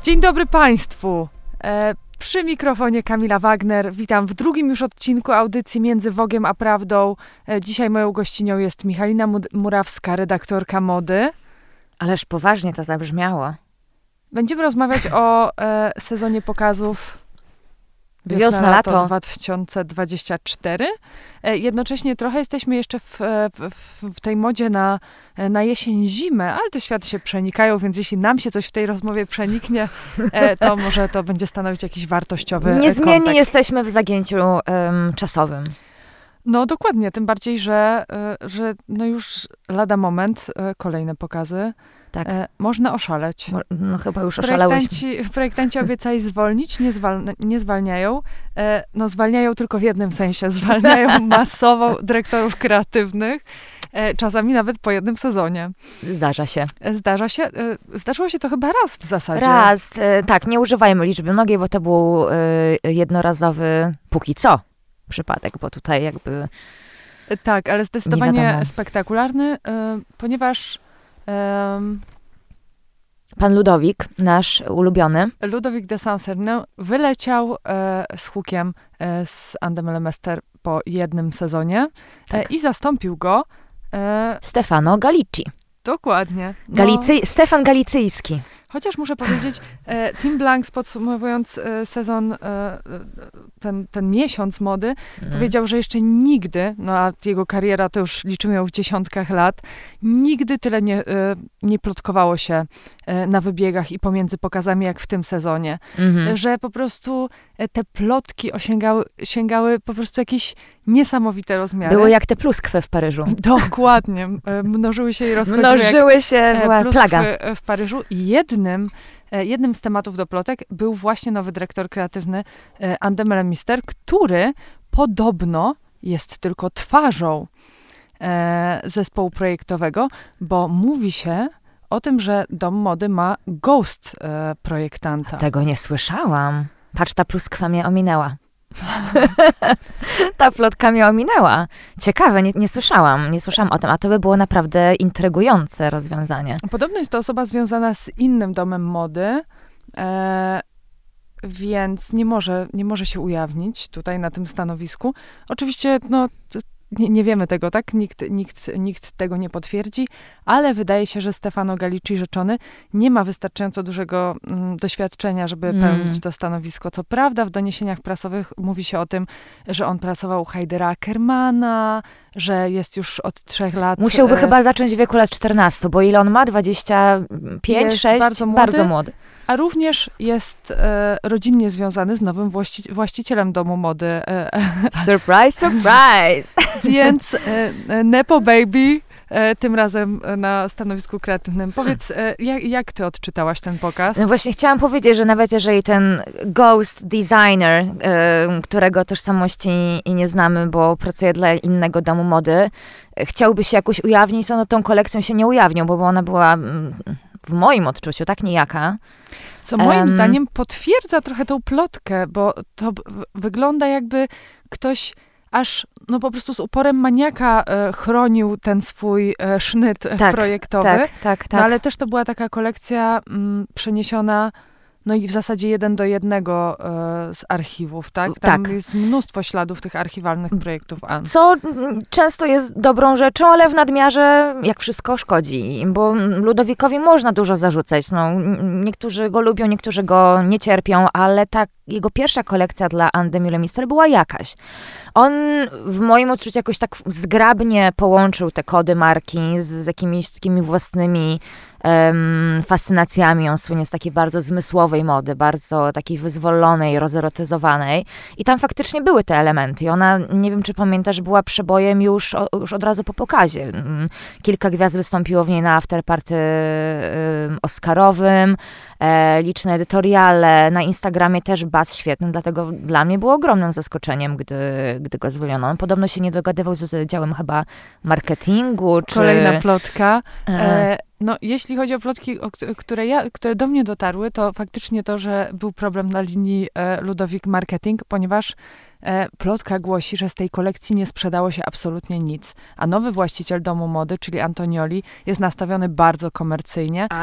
Dzień dobry Państwu. Przy mikrofonie Kamila Wagner. Witam w drugim już odcinku audycji Między Wogiem a Prawdą. Dzisiaj moją gościnią jest Michalina Murawska, redaktorka mody. Ależ poważnie to zabrzmiało. Będziemy rozmawiać o sezonie pokazów Wiosna-lato 2024. Jednocześnie trochę jesteśmy jeszcze w tej modzie na jesień-zimę, ale te światy się przenikają, więc jeśli nam się coś w tej rozmowie przeniknie, to może to będzie stanowić jakiś wartościowy Niezmiennie kontekst. jesteśmy w zagięciu czasowym. No dokładnie, tym bardziej, że no już lada moment, kolejne pokazy. Tak. Można oszaleć. No chyba już oszalałyśmy. Projektanci obiecali zwolnić, nie zwalniają. No zwalniają tylko w jednym sensie. Zwalniają masowo dyrektorów kreatywnych. Czasami nawet po jednym sezonie. Zdarza się. Zdarzyło się to chyba raz w zasadzie. Raz, tak, nie używajmy liczby mnogiej, bo to był jednorazowy, póki co, przypadek, bo tutaj jakby Tak, ale zdecydowanie spektakularny, ponieważ pan Ludowik, nasz ulubiony. Ludovic de Saint-Sernin wyleciał z hukiem z Andem Lemester po jednym sezonie i zastąpił go Stefano Galicci. Dokładnie. Stefan Galicyjski. Chociaż muszę powiedzieć, Tim Blanks, podsumowując sezon, ten miesiąc mody, powiedział, że jeszcze nigdy, no a jego kariera to już liczymy ją w dziesiątkach lat, nigdy tyle nie plotkowało się na wybiegach i pomiędzy pokazami, jak w tym sezonie. Że po prostu te plotki sięgały po prostu jakieś niesamowite rozmiary. Było jak te pluskwy w Paryżu. Dokładnie. Mnożyły się i rozchodziły. Mnożyły się, była plaga. W Paryżu. I jednym z tematów do plotek był właśnie nowy dyrektor kreatywny Andem Lemester, który podobno jest tylko twarzą zespołu projektowego, bo mówi się o tym, że dom mody ma ghost projektanta. Tego nie słyszałam. Patrz, ta pluskwa mnie ominęła. Ta plotka mnie ominęła. Ciekawe, nie słyszałam o tym, a to by było naprawdę intrygujące rozwiązanie. Podobno jest to osoba związana z innym domem mody, więc nie może się ujawnić tutaj na tym stanowisku. Oczywiście, no, nie wiemy tego, tak? Nikt tego nie potwierdzi, ale wydaje się, że Stefano Galicci rzeczony nie ma wystarczająco dużego doświadczenia, żeby pełnić to stanowisko. Co prawda w doniesieniach prasowych mówi się o tym, że on pracował u Heidera Ackermana, że jest już od 3 lat... Musiałby chyba zacząć w wieku lat 14, bo ile on ma? 25, 6? Bardzo młody. A również jest rodzinnie związany z nowym właścicielem domu mody. Surprise, surprise! Więc Nepo Baby, tym razem na stanowisku kreatywnym. Powiedz, jak ty odczytałaś ten pokaz? No właśnie chciałam powiedzieć, że nawet jeżeli ten ghost designer, którego tożsamości nie znamy, bo pracuje dla innego domu mody, chciałby się jakoś ujawnić, to no tą kolekcją się nie ujawnił, bo ona była w moim odczuciu tak nijaka. Co moim zdaniem potwierdza trochę tą plotkę, bo to wygląda jakby ktoś aż no po prostu z uporem maniaka chronił ten swój sznyt projektowy. Tak. No ale też to była taka kolekcja przeniesiona no i w zasadzie 1 do 1 z archiwów, tak? Tam jest mnóstwo śladów tych archiwalnych projektów Ann. Co często jest dobrą rzeczą, ale w nadmiarze jak wszystko szkodzi, bo Ludowikowi można dużo zarzucać. No, niektórzy go lubią, niektórzy go nie cierpią, ale ta jego pierwsza kolekcja dla Andy Lemester była jakaś. On w moim odczuciu jakoś tak zgrabnie połączył te kody marki z jakimiś takimi własnymi fascynacjami. On słynie z takiej bardzo zmysłowej mody, bardzo takiej wyzwolonej, rozerotyzowanej. I tam faktycznie były te elementy. I ona, nie wiem czy pamiętasz, była przebojem już od razu po pokazie. Kilka gwiazd wystąpiło w niej na afterparty oscarowym, liczne edytoriale, na Instagramie też buzz świetny, dlatego dla mnie było ogromnym zaskoczeniem, gdy go zwolniono. On podobno się nie dogadywał z działem chyba marketingu, czy... Kolejna plotka. No, jeśli chodzi o plotki, które do mnie dotarły, to faktycznie to, że był problem na linii Ludovic Marketing, ponieważ plotka głosi, że z tej kolekcji nie sprzedało się absolutnie nic. A nowy właściciel domu mody, czyli Antonioli, jest nastawiony bardzo komercyjnie.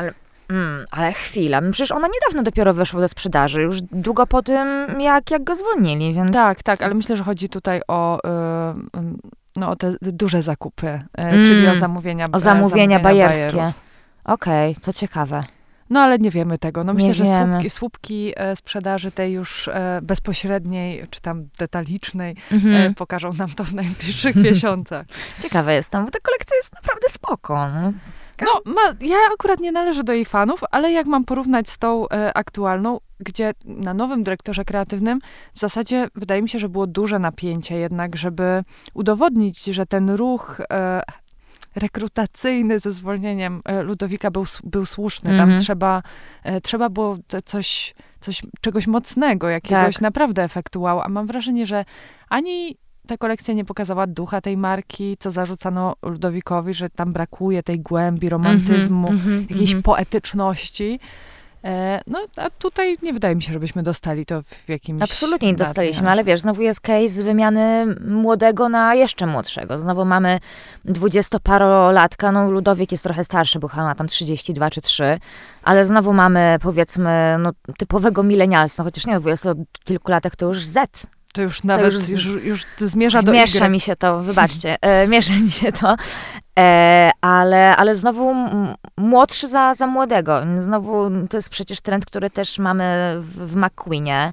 Ale chwila, przecież ona niedawno dopiero weszła do sprzedaży, już długo po tym, jak go zwolnili, więc... Tak, ale myślę, że chodzi tutaj o te duże zakupy, czyli o zamówienia bajerskie. Okej, to ciekawe. No ale nie wiemy tego. No myślę, Nie że wiemy. słupki sprzedaży tej już bezpośredniej, czy tam detalicznej, pokażą nam to w najbliższych miesiącach. Ciekawe jestem, bo ta kolekcja jest naprawdę spoko. Ja akurat nie należę do jej fanów, ale jak mam porównać z tą aktualną, gdzie na nowym dyrektorze kreatywnym w zasadzie wydaje mi się, że było duże napięcie jednak, żeby udowodnić, że ten ruch rekrutacyjny ze zwolnieniem Ludowika był słuszny. Tam trzeba było czegoś mocnego, jakiegoś naprawdę efektu wow. A mam wrażenie, że ani ta kolekcja nie pokazała ducha tej marki, co zarzucano Ludowikowi, że tam brakuje tej głębi, romantyzmu, jakiejś poetyczności. A tutaj nie wydaje mi się, żebyśmy dostali to w jakimś... Absolutnie nie dostaliśmy, ale wiesz, znowu jest case wymiany młodego na jeszcze młodszego. Znowu mamy 20-parolatka, Ludowik jest trochę starszy, bo chyba ma tam 32 czy 3, ale znowu mamy, powiedzmy, typowego milenialsa, chociaż nie, 20-kilkulatek to już Z. To już nawet już zmierza do Miesza mi się to, wybaczcie, miesza mi się to, ale znowu młodszy za młodego. Znowu to jest przecież trend, który też mamy w McQueenie,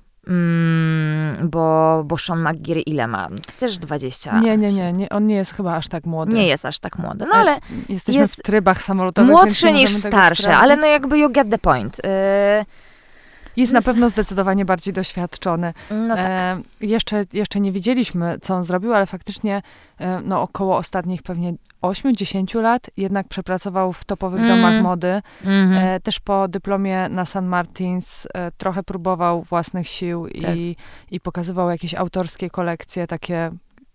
bo Sean McGeary ile ma? To też 20. Nie, on nie jest chyba aż tak młody. Nie jest aż tak młody, ale jesteśmy w trybach samolotowych, młodszy niż starszy, ale jakby you get the point. Jest na pewno zdecydowanie bardziej doświadczony. No tak. Jeszcze nie wiedzieliśmy, co on zrobił, ale faktycznie około ostatnich pewnie 8-10 lat jednak przepracował w topowych domach mody. Też po dyplomie na St. Martins trochę próbował własnych sił i pokazywał jakieś autorskie kolekcje, takie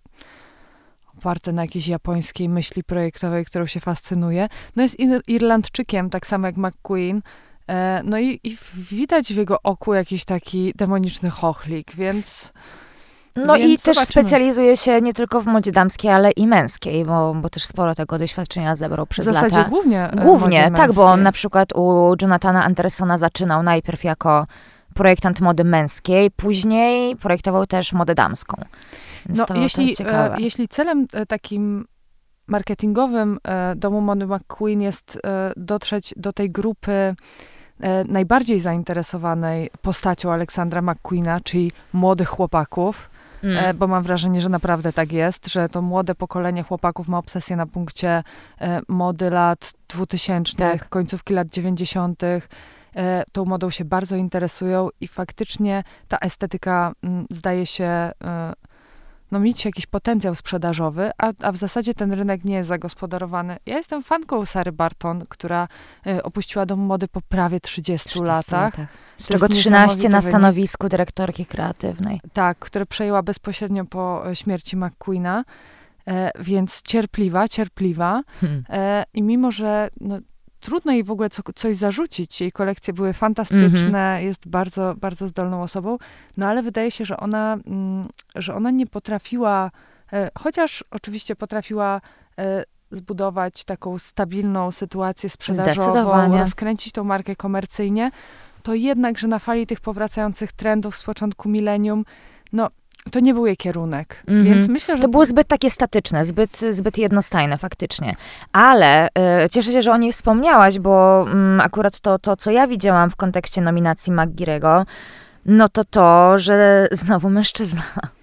oparte na jakiejś japońskiej myśli projektowej, którą się fascynuje. Jest Irlandczykiem, tak samo jak McQueen. I widać w jego oku jakiś taki demoniczny chochlik, więc i też zobaczymy. Specjalizuje się nie tylko w modzie damskiej, ale i męskiej, bo też sporo tego doświadczenia zebrał przez lata. W zasadzie głównie tak, bo on na przykład u Jonathana Andersona zaczynał najpierw jako projektant mody męskiej, później projektował też modę damską. Więc jeśli celem takim marketingowym domu mody McQueen jest dotrzeć do tej grupy najbardziej zainteresowanej postacią Aleksandra McQueena, czyli młodych chłopaków, bo mam wrażenie, że naprawdę tak jest, że to młode pokolenie chłopaków ma obsesję na punkcie mody lat 2000, końcówki lat 90. Tą modą się bardzo interesują i faktycznie ta estetyka zdaje się mieć jakiś potencjał sprzedażowy, a w zasadzie ten rynek nie jest zagospodarowany. Ja jestem fanką Sary Barton, która opuściła dom mody po prawie 30 latach. Z czego 13 na stanowisku dyrektorki kreatywnej. Tak, które przejęła bezpośrednio po śmierci McQueena, więc cierpliwa. I mimo, że trudno jej w ogóle coś zarzucić. Jej kolekcje były fantastyczne, jest bardzo, bardzo zdolną osobą, ale wydaje się, że ona nie potrafiła, chociaż oczywiście potrafiła zbudować taką stabilną sytuację sprzedażową, rozkręcić tą markę komercyjnie, to jednak, że na fali tych powracających trendów z początku milenium, to nie był jej kierunek. Więc myślę, że... To było zbyt takie statyczne, zbyt jednostajne faktycznie. Ale cieszę się, że o niej wspomniałaś, bo akurat to, co ja widziałam w kontekście nominacji McGeary'ego, to, że znowu mężczyzna.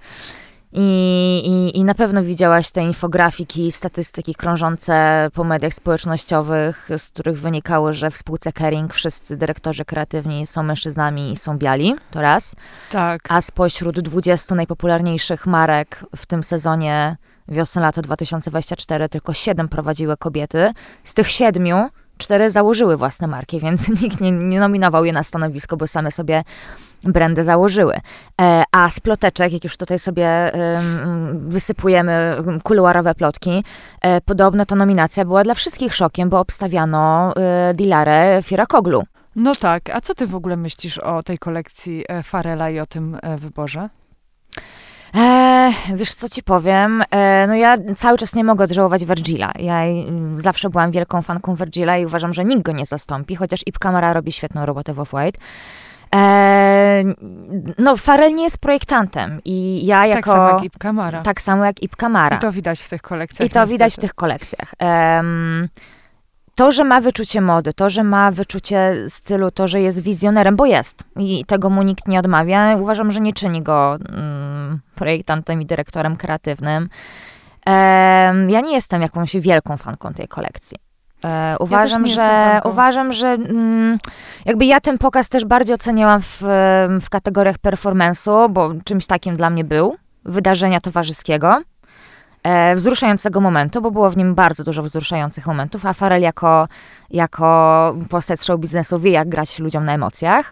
I na pewno widziałaś te infografiki, statystyki krążące po mediach społecznościowych, z których wynikało, że w spółce Kering wszyscy dyrektorzy kreatywni są mężczyznami i są biali, to raz. Tak. A spośród 20 najpopularniejszych marek w tym sezonie wiosna-lato 2024 tylko 7 prowadziły kobiety. Z tych 7 4 założyły własne marki, więc nikt nie nominował je na stanowisko, bo same sobie brandy założyły. A z ploteczek, jak już tutaj sobie wysypujemy kuluarowe plotki, podobno ta nominacja była dla wszystkich szokiem, bo obstawiano Dilarę Firakoglu. No tak, a co ty w ogóle myślisz o tej kolekcji Farela i o tym wyborze? Wiesz, co ci powiem? No ja cały czas nie mogę odżałować Virgila. Ja zawsze byłam wielką fanką Virgila i uważam, że nikt go nie zastąpi, chociaż Ib Kamara robi świetną robotę w Off-White. No Pharrell nie jest projektantem i ja jako... Tak samo jak Ib Kamara. Tak samo jak Ib Kamara. I to widać w tych kolekcjach. I to widać w tych kolekcjach. To, że ma wyczucie mody, to, że ma wyczucie stylu, to, że jest wizjonerem, bo jest i tego mu nikt nie odmawia, uważam, że nie czyni go projektantem i dyrektorem kreatywnym. Ja nie jestem jakąś wielką fanką tej kolekcji. Uważam, że jakby ja ten pokaz też bardziej oceniałam w kategoriach performance'u, bo czymś takim dla mnie był, wydarzenia towarzyskiego, wzruszającego momentu, bo było w nim bardzo dużo wzruszających momentów, a Pharrell jako postać show biznesu wie, jak grać ludziom na emocjach,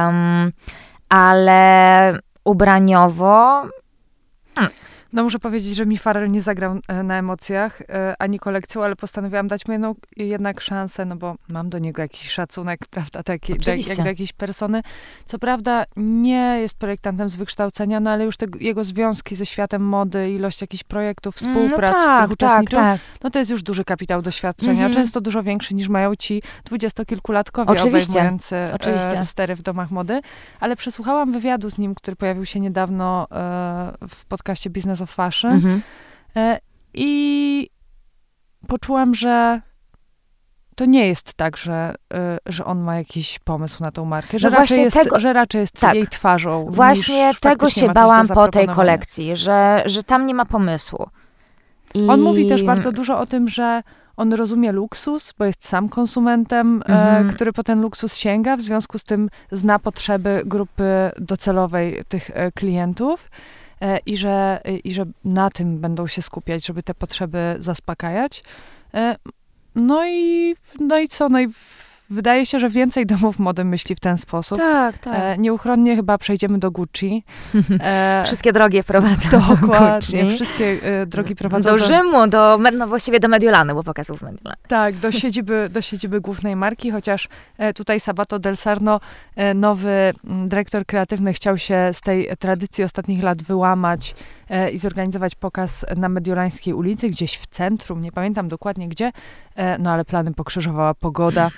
ale ubraniowo... No muszę powiedzieć, że mi Pharrell nie zagrał na emocjach, ani kolekcją, ale postanowiłam dać mu jednak szansę, no bo mam do niego jakiś szacunek, prawda, taki, jak do jakiejś persony. Co prawda nie jest projektantem z wykształcenia, no ale już jego związki ze światem mody, ilość jakichś projektów, współprac, w których uczestniczył, no to jest już duży kapitał doświadczenia, często dużo większy niż mają ci 20-kilkulatkowie obejmujący stery w domach mody. Ale przesłuchałam wywiadu z nim, który pojawił się niedawno w podcaście Business of Fashion i poczułam, że to nie jest tak, że on ma jakiś pomysł na tą markę, że raczej jest jej twarzą. Właśnie tego się bałam po tej kolekcji, że tam nie ma pomysłu. On mówi też bardzo dużo o tym, że on rozumie luksus, bo jest sam konsumentem, który po ten luksus sięga, w związku z tym zna potrzeby grupy docelowej tych klientów. I że na tym będą się skupiać, żeby te potrzeby zaspokajać. No i co? No i wydaje się, że więcej domów mody myśli w ten sposób. Tak. Nieuchronnie chyba przejdziemy do Gucci. Wszystkie drogi prowadzą Dokładnie, Gucci. wszystkie drogi prowadzą do Rzymu, właściwie do Mediolanu, bo pokazał w Mediolanie. Tak, do siedziby głównej marki, chociaż tutaj Sabato Del Sarno, nowy dyrektor kreatywny, chciał się z tej tradycji ostatnich lat wyłamać i zorganizować pokaz na Mediolańskiej ulicy, gdzieś w centrum, nie pamiętam dokładnie gdzie, no ale plany pokrzyżowała pogoda.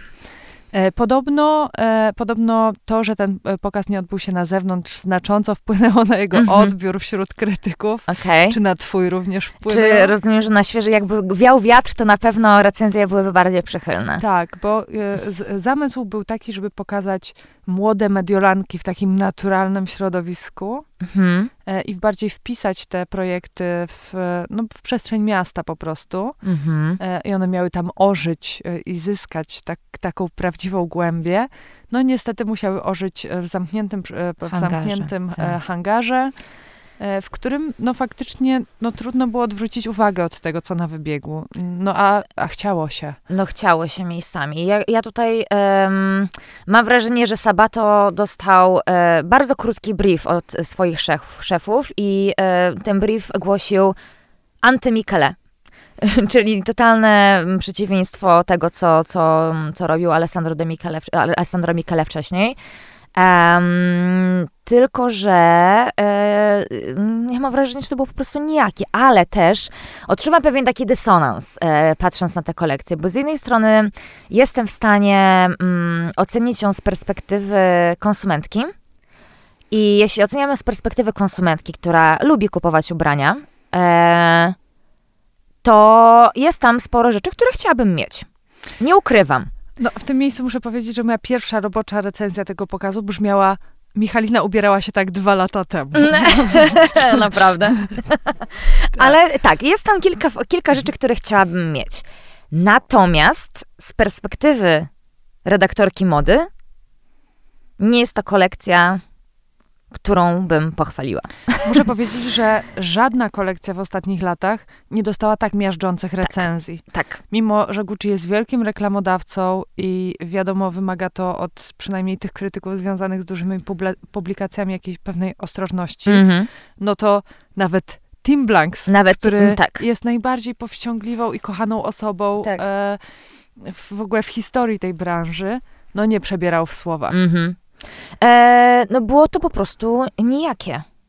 Podobno to, że ten pokaz nie odbył się na zewnątrz, znacząco wpłynęło na jego odbiór wśród krytyków. Czy na twój również wpłynęło? Czy rozumiem, że na świeże, jakby wiał wiatr, to na pewno recenzje byłyby bardziej przychylne. Tak, bo zamysł był taki, żeby pokazać młode Mediolanki w takim naturalnym środowisku i bardziej wpisać te projekty w przestrzeń miasta po prostu. I one miały tam ożyć i zyskać taką prawdziwą głębię. No niestety musiały ożyć w zamkniętym hangarze, w którym faktycznie trudno było odwrócić uwagę od tego, co na wybiegu. No a chciało się. No chciało się miejscami. Ja tutaj mam wrażenie, że Sabato dostał bardzo krótki brief od swoich szefów i ten brief głosił anty-Michele. Czyli totalne przeciwieństwo tego, co robił Alessandro Michele wcześniej. Tylko, że ja mam wrażenie, że to było po prostu nijakie, ale też odczuwam pewien taki dysonans, patrząc na tę kolekcję, bo z jednej strony jestem w stanie ocenić ją z perspektywy konsumentki i jeśli oceniam ją z perspektywy konsumentki, która lubi kupować ubrania, to jest tam sporo rzeczy, które chciałabym mieć. Nie ukrywam. No, w tym miejscu muszę powiedzieć, że moja pierwsza robocza recenzja tego pokazu brzmiała: Michalina ubierała się tak 2 lata temu. Naprawdę. Ale tak, jest tam kilka rzeczy, które chciałabym mieć. Natomiast z perspektywy redaktorki mody nie jest to kolekcja, którą bym pochwaliła. Muszę powiedzieć, że żadna kolekcja w ostatnich latach nie dostała tak miażdżących recenzji. Tak. Mimo, że Gucci jest wielkim reklamodawcą i wiadomo, wymaga to od przynajmniej tych krytyków związanych z dużymi publikacjami jakiejś pewnej ostrożności, no to nawet Tim Blanks, który jest najbardziej powściągliwą i kochaną osobą w ogóle w historii tej branży, no nie przebierał w słowach. No było to po prostu nijakie.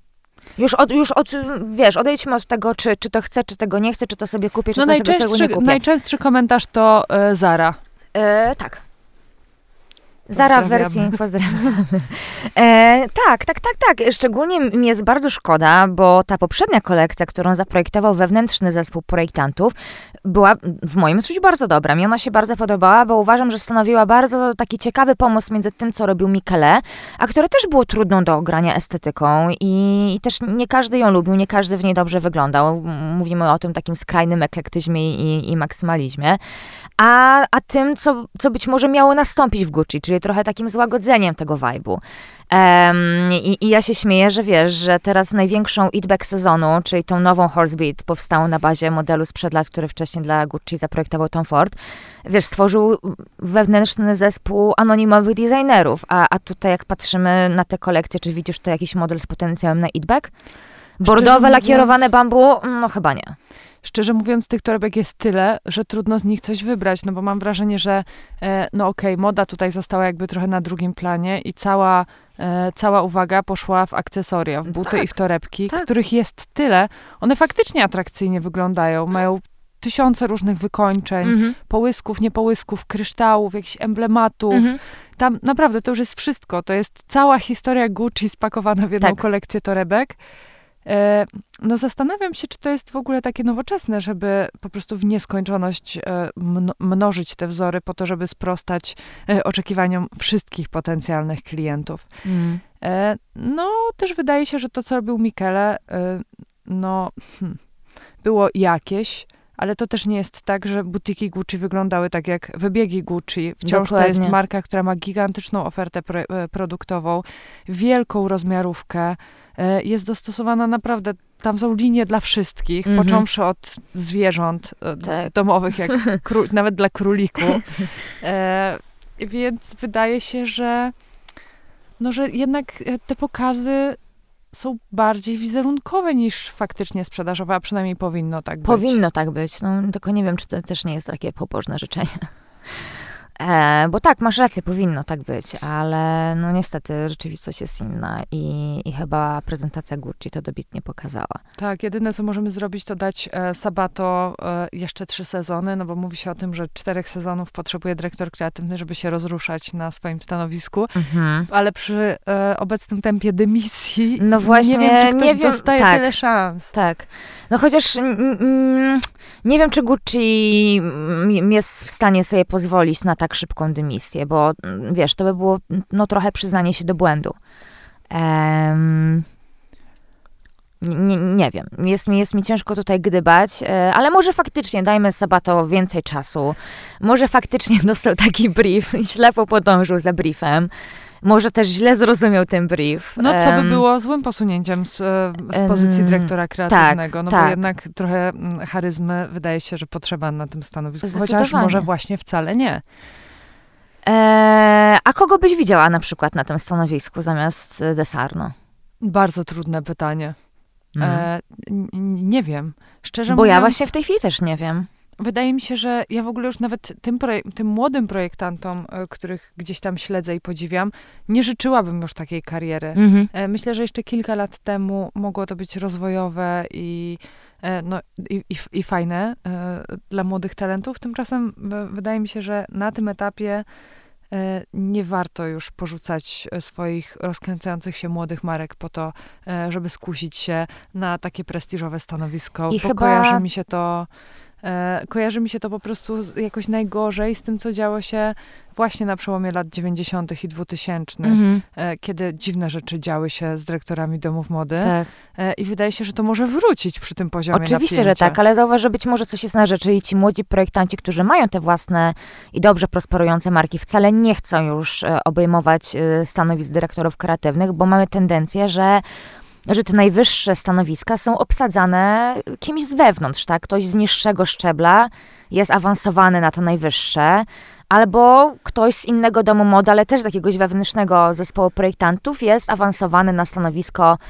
Wiesz, odejdźmy od tego, czy to chcę, czy tego nie chcę, czy to sobie kupię, czy to sobie nie kupię. Najczęstszy komentarz to Zara. Tak. Zara w wersji, pozdrawiamy. Tak. Szczególnie mi jest bardzo szkoda, bo ta poprzednia kolekcja, którą zaprojektował wewnętrzny zespół projektantów, była w moim odczuciu bardzo dobra. Mi ona się bardzo podobała, bo uważam, że stanowiła bardzo taki ciekawy pomost między tym, co robił Michele, a które też było trudną do ogrania estetyką i też nie każdy ją lubił, nie każdy w niej dobrze wyglądał. Mówimy o tym takim skrajnym eklektyzmie i maksymalizmie. A tym, co być może miało nastąpić w Gucci, czyli trochę takim złagodzeniem tego vibe'u. I ja się śmieję, że wiesz, że teraz największą it-back sezonu, czyli tą nową Horsebeat, powstałą na bazie modelu sprzed lat, który wcześniej dla Gucci zaprojektował Tom Ford, wiesz, stworzył wewnętrzny zespół anonimowych designerów, a tutaj jak patrzymy na te kolekcje, czy widzisz to jakiś model z potencjałem na it-back? Bordowe, lakierowane bambu? No chyba nie. Szczerze mówiąc, tych torebek jest tyle, że trudno z nich coś wybrać, no bo mam wrażenie, że moda tutaj została jakby trochę na drugim planie i cała uwaga poszła w akcesoria, w buty i w torebki, których jest tyle. One faktycznie atrakcyjnie wyglądają, mają tysiące różnych wykończeń, połysków, niepołysków, kryształów, jakichś emblematów. Tam naprawdę to już jest wszystko. To jest cała historia Gucci spakowana w jedną kolekcję torebek. No zastanawiam się, czy to jest w ogóle takie nowoczesne, żeby po prostu w nieskończoność mnożyć te wzory po to, żeby sprostać oczekiwaniom wszystkich potencjalnych klientów. No też wydaje się, że to, co robił Michele, było jakieś, ale to też nie jest tak, że butiki Gucci wyglądały tak jak wybiegi Gucci. Wciąż Dokładnie. To jest marka, która ma gigantyczną ofertę produktową, wielką rozmiarówkę, jest dostosowana naprawdę, tam są linie dla wszystkich, począwszy od zwierząt domowych, jak nawet dla królików. Więc wydaje się, że jednak te pokazy są bardziej wizerunkowe niż faktycznie sprzedażowe, a przynajmniej powinno tak być. Powinno tak być, tylko nie wiem, czy to też nie jest takie pobożne życzenie. Bo tak, masz rację, powinno tak być, ale niestety rzeczywistość jest inna i chyba prezentacja Gucci to dobitnie pokazała. Tak, jedyne co możemy zrobić, to dać Sabato jeszcze 3 sezony, no bo mówi się o tym, że 4 sezonów potrzebuje dyrektor kreatywny, żeby się rozruszać na swoim stanowisku, ale przy obecnym tempie dymisji właśnie, nie wiem, czy ktoś dostaje tyle szans. Tak, chociaż nie wiem, czy Gucci jest w stanie sobie pozwolić na tak szybką dymisję, bo wiesz, to by było trochę przyznanie się do błędu. Nie wiem, jest mi ciężko tutaj gdybać, ale może faktycznie dajmy Sabato więcej czasu. Może faktycznie dostał taki brief i ślepo podążył za briefem. Może też źle zrozumiał ten brief. Co by było złym posunięciem z pozycji dyrektora kreatywnego, bo jednak trochę charyzmy wydaje się, że potrzeba na tym stanowisku, chociaż może właśnie wcale nie. A kogo byś widziała na przykład na tym stanowisku zamiast Desarno? Bardzo trudne pytanie. Nie wiem. Szczerze Bo mówiąc, ja właśnie w tej chwili też nie wiem. Wydaje mi się, że ja w ogóle już nawet tym młodym projektantom, których gdzieś tam śledzę i podziwiam, nie życzyłabym już takiej kariery. Myślę, że jeszcze kilka lat temu mogło to być rozwojowe i fajne dla młodych talentów. Tymczasem wydaje mi się, że na tym etapie nie warto już porzucać swoich rozkręcających się młodych marek po to, żeby skusić się na takie prestiżowe stanowisko. Kojarzy mi się to po prostu jakoś najgorzej z tym, co działo się właśnie na przełomie lat 90. i 2000, kiedy dziwne rzeczy działy się z dyrektorami domów mody. Tak. I wydaje się, że to może wrócić przy tym poziomie Oczywiście, napięcia. że tak, ale zauważ, że być może coś jest na rzeczy i ci młodzi projektanci, którzy mają te własne i dobrze prosperujące marki, wcale nie chcą już obejmować stanowisk dyrektorów kreatywnych, bo mamy tendencję, że te najwyższe stanowiska są obsadzane kimś z wewnątrz, tak? Ktoś z niższego szczebla jest awansowany na to najwyższe, albo ktoś z innego domu mody, ale też z jakiegoś wewnętrznego zespołu projektantów jest awansowany na stanowisko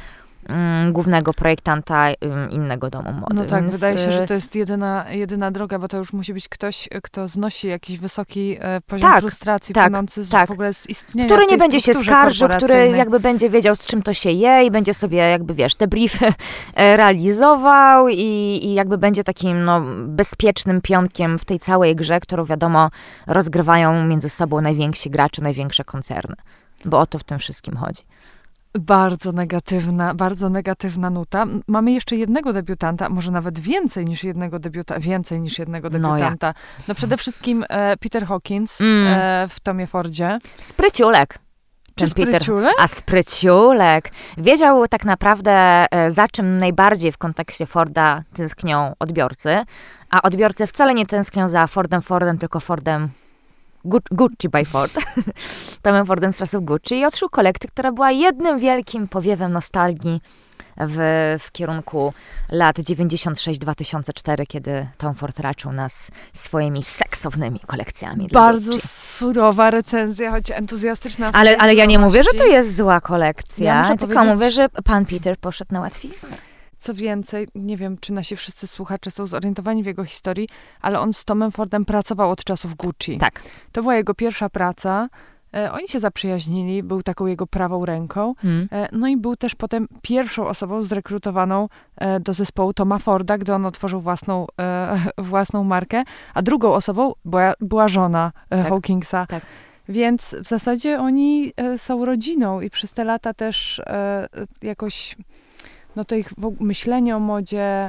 głównego projektanta innego domu mody. No tak, więc, wydaje się, że to jest jedyna droga, bo to już musi być ktoś, kto znosi jakiś wysoki poziom frustracji płynący w ogóle z istnienia który nie tej będzie się skarżył, który jakby będzie wiedział, z czym to się je i będzie sobie jakby, te briefy realizował i jakby będzie takim bezpiecznym pionkiem w tej całej grze, którą wiadomo rozgrywają między sobą najwięksi gracze, największe koncerny. Bo o to w tym wszystkim chodzi. Bardzo negatywna nuta. Mamy jeszcze jednego debiutanta, może nawet więcej niż jednego debiutanta. No przede wszystkim Peter Hawkins w Tomie Fordzie. Spryciulek. Spryciulek? A spryciulek. Wiedział tak naprawdę, za czym najbardziej w kontekście Forda tęsknią odbiorcy, a odbiorcy wcale nie tęsknią za Fordem, tylko Fordem Gucci by Ford. Tomem Fordem z czasów Gucci i odszył kolekcję, która była jednym wielkim powiewem nostalgii w kierunku lat 96-2004, kiedy Tom Ford raczył nas swoimi seksownymi kolekcjami. Bardzo surowa recenzja, choć entuzjastyczna. Ale ja nie mówię, że to jest zła kolekcja, Ja tylko mówię, że pan Peter poszedł na łatwiznę. Co więcej, nie wiem, czy nasi wszyscy słuchacze są zorientowani w jego historii, ale on z Tomem Fordem pracował od czasów Gucci. Tak. To była jego pierwsza praca. Oni się zaprzyjaźnili, był taką jego prawą ręką. No i był też potem pierwszą osobą zrekrutowaną do zespołu Toma Forda, gdy on otworzył własną markę, a drugą osobą była żona Hawkinsa. Tak. Więc w zasadzie oni są rodziną i przez te lata też jakoś to ich myślenie o modzie,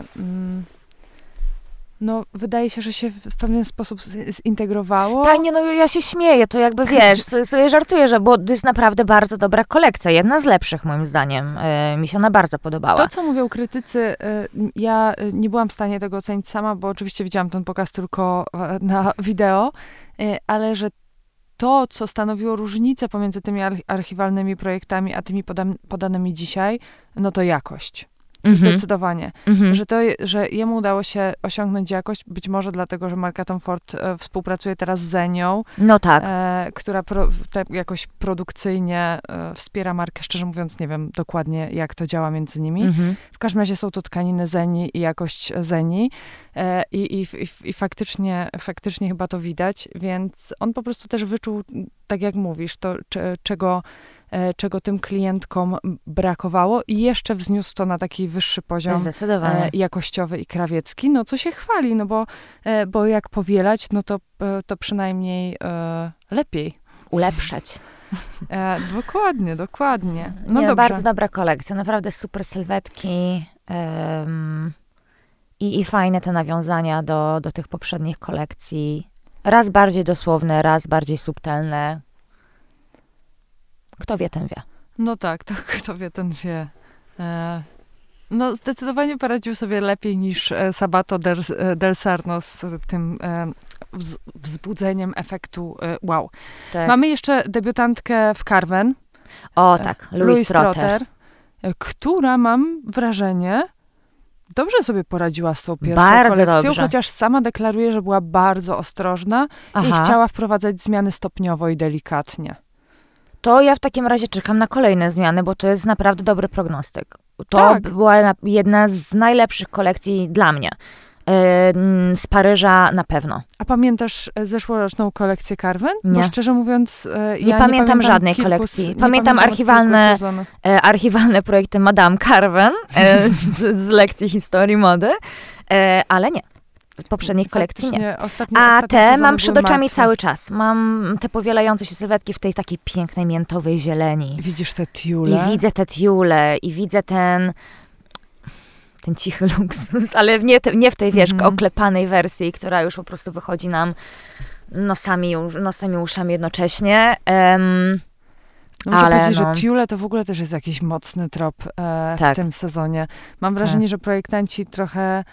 wydaje się, że się w pewien sposób zintegrowało. Tak, ja się śmieję, to jakby sobie żartuję, bo to jest naprawdę bardzo dobra kolekcja, jedna z lepszych moim zdaniem. Mi się ona bardzo podobała. To, co mówią krytycy, ja nie byłam w stanie tego ocenić sama, bo oczywiście widziałam ten pokaz tylko na wideo, ale że to, co stanowiło różnicę pomiędzy tymi archiwalnymi projektami, a tymi podanymi dzisiaj, to jakość. Zdecydowanie. Że jemu udało się osiągnąć jakość, być może dlatego, że marka Tom Ford współpracuje teraz z Zenią, która jakoś produkcyjnie wspiera markę. Szczerze mówiąc, nie wiem dokładnie, jak to działa między nimi. W każdym razie są to tkaniny Zeni i jakość Zeni. I faktycznie chyba to widać, więc on po prostu też wyczuł, tak jak mówisz, to czego tym klientkom brakowało i jeszcze wzniósł to na taki wyższy poziom jakościowy i krawiecki, co się chwali, bo jak powielać, to przynajmniej lepiej. Ulepszać. Dokładnie. Bardzo dobra kolekcja, naprawdę super sylwetki i fajne te nawiązania do tych poprzednich kolekcji. Raz bardziej dosłowne, raz bardziej subtelne. Kto wie, ten wie. Tak, to kto wie, ten wie. Zdecydowanie poradził sobie lepiej niż Sabato del Sarno z tym wzbudzeniem efektu wow. Tak. Mamy jeszcze debiutantkę w Carven. O tak, Louise Trotter, która, mam wrażenie, dobrze sobie poradziła z tą pierwszą kolekcją, chociaż sama deklaruje, że była bardzo ostrożna i chciała wprowadzać zmiany stopniowo i delikatnie. To ja w takim razie czekam na kolejne zmiany, bo to jest naprawdę dobry prognostyk. To była jedna z najlepszych kolekcji dla mnie. Z Paryża na pewno. A pamiętasz zeszłoroczną kolekcję Carven? Nie. Bo szczerze mówiąc, nie pamiętam żadnej kolekcji. Pamiętam archiwalne projekty Madame Carven z lekcji historii mody, ale nie. Poprzednich kolekcji nie. A te mam przed oczami cały czas. Mam te powielające się sylwetki w tej takiej pięknej miętowej zieleni. Widzisz te tiule? I widzę te tiule i widzę ten cichy luksus, ale nie w tej, oklepanej wersji, która już po prostu wychodzi nam nosami uszami jednocześnie. Muszę powiedzieć, że tiule to w ogóle też jest jakiś mocny trop w tym sezonie. Mam wrażenie, że projektanci trochę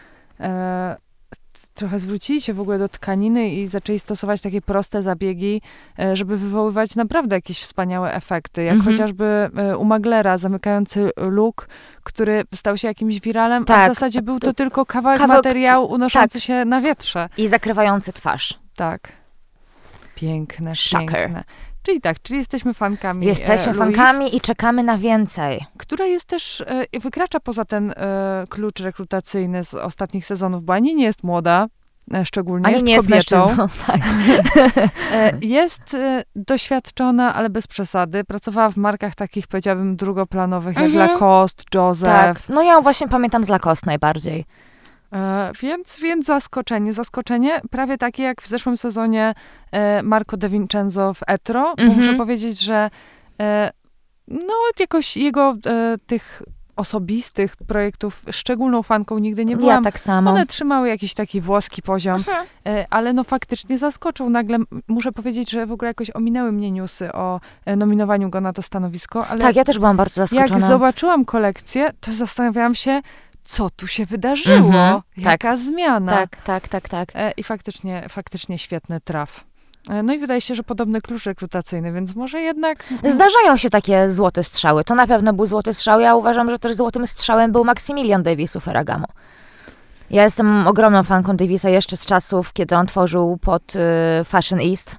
zwrócili się w ogóle do tkaniny i zaczęli stosować takie proste zabiegi, żeby wywoływać naprawdę jakieś wspaniałe efekty. Jak chociażby u Maglera zamykający look, który stał się jakimś wiralem, a w zasadzie był to tylko kawałek materiału unoszący się na wietrze. I zakrywający twarz. Tak. Piękne. Czyli jesteśmy fankami Jesteśmy Louise, fankami i czekamy na więcej. która jest też, wykracza poza ten klucz rekrutacyjny z ostatnich sezonów, bo ani nie jest młoda, szczególnie Ani jest nie jest kobietą. mężczyzną. Tak. Jest doświadczona, ale bez przesady. Pracowała w markach takich, powiedziałabym, drugoplanowych, jak Lacoste, Joseph. Tak. No ja ją właśnie pamiętam z Lacoste najbardziej. Więc zaskoczenie, prawie takie jak w zeszłym sezonie Marco De Vincenzo w Etro. Bo muszę powiedzieć, że no jakoś jego tych osobistych projektów szczególną fanką nigdy nie byłam. Ja tak samo. One trzymały jakiś taki włoski poziom, ale no faktycznie zaskoczył. Nagle muszę powiedzieć, że w ogóle jakoś ominęły mnie newsy o nominowaniu go na to stanowisko, ale Tak, ja też byłam bardzo zaskoczona. jak zobaczyłam kolekcję, to zastanawiałam się, co tu się wydarzyło? Jaka zmiana? Tak. I faktycznie świetny traf. No i wydaje się, że podobny klucz rekrutacyjny, więc może jednak... Zdarzają się takie złote strzały. To na pewno był złoty strzał. Ja uważam, że też złotym strzałem był Maximilian Davis u Ferragamo. Ja jestem ogromną fanką Davisa jeszcze z czasów, kiedy on tworzył pod Fashion East.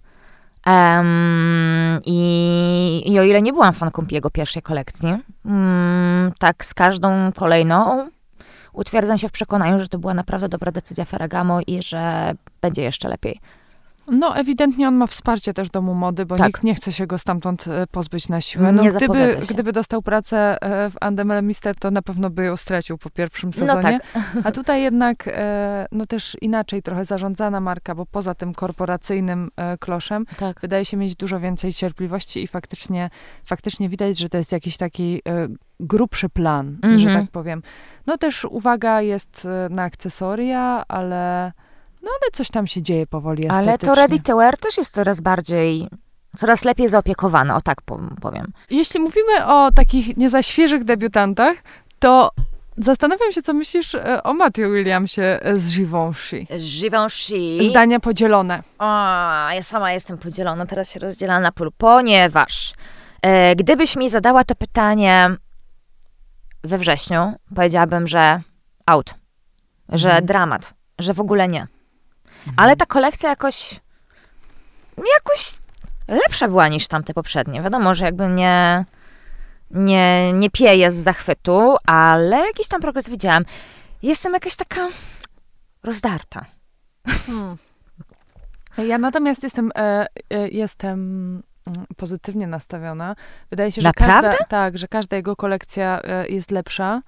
I o ile nie byłam fanką jego pierwszej kolekcji, tak z każdą kolejną utwierdzam się w przekonaniu, że to była naprawdę dobra decyzja Ferragamo i że będzie jeszcze lepiej. No ewidentnie on ma wsparcie też domu mody, bo nikt nie chce się go stamtąd pozbyć na siłę. No, Nie gdyby dostał pracę w Andemel Mister, to na pewno by ją stracił po pierwszym sezonie. No tak. A tutaj jednak no też inaczej trochę zarządzana marka, bo poza tym korporacyjnym kloszem wydaje się mieć dużo więcej cierpliwości i faktycznie widać, że to jest jakiś taki grubszy plan, że tak powiem. No też uwaga jest na akcesoria, ale coś tam się dzieje powoli estetycznie. Ale to ready to wear też jest coraz lepiej zaopiekowane, o tak powiem. Jeśli mówimy o takich nie za świeżych debiutantach, to zastanawiam się, co myślisz o Matthew Williamsie z Givenchy. Givenchy. Zdania podzielone. Ja sama jestem podzielona, teraz się rozdziela na pół, ponieważ gdybyś mi zadała to pytanie we wrześniu, powiedziałabym, że out, że dramat, że w ogóle nie. Ale ta kolekcja jakoś lepsza była niż tamte poprzednie. Wiadomo, że jakby nie pieję z zachwytu, ale jakiś tam progres widziałam. Jestem jakaś taka rozdarta. Ja natomiast jestem pozytywnie nastawiona. Wydaje się, że że każda jego kolekcja jest lepsza.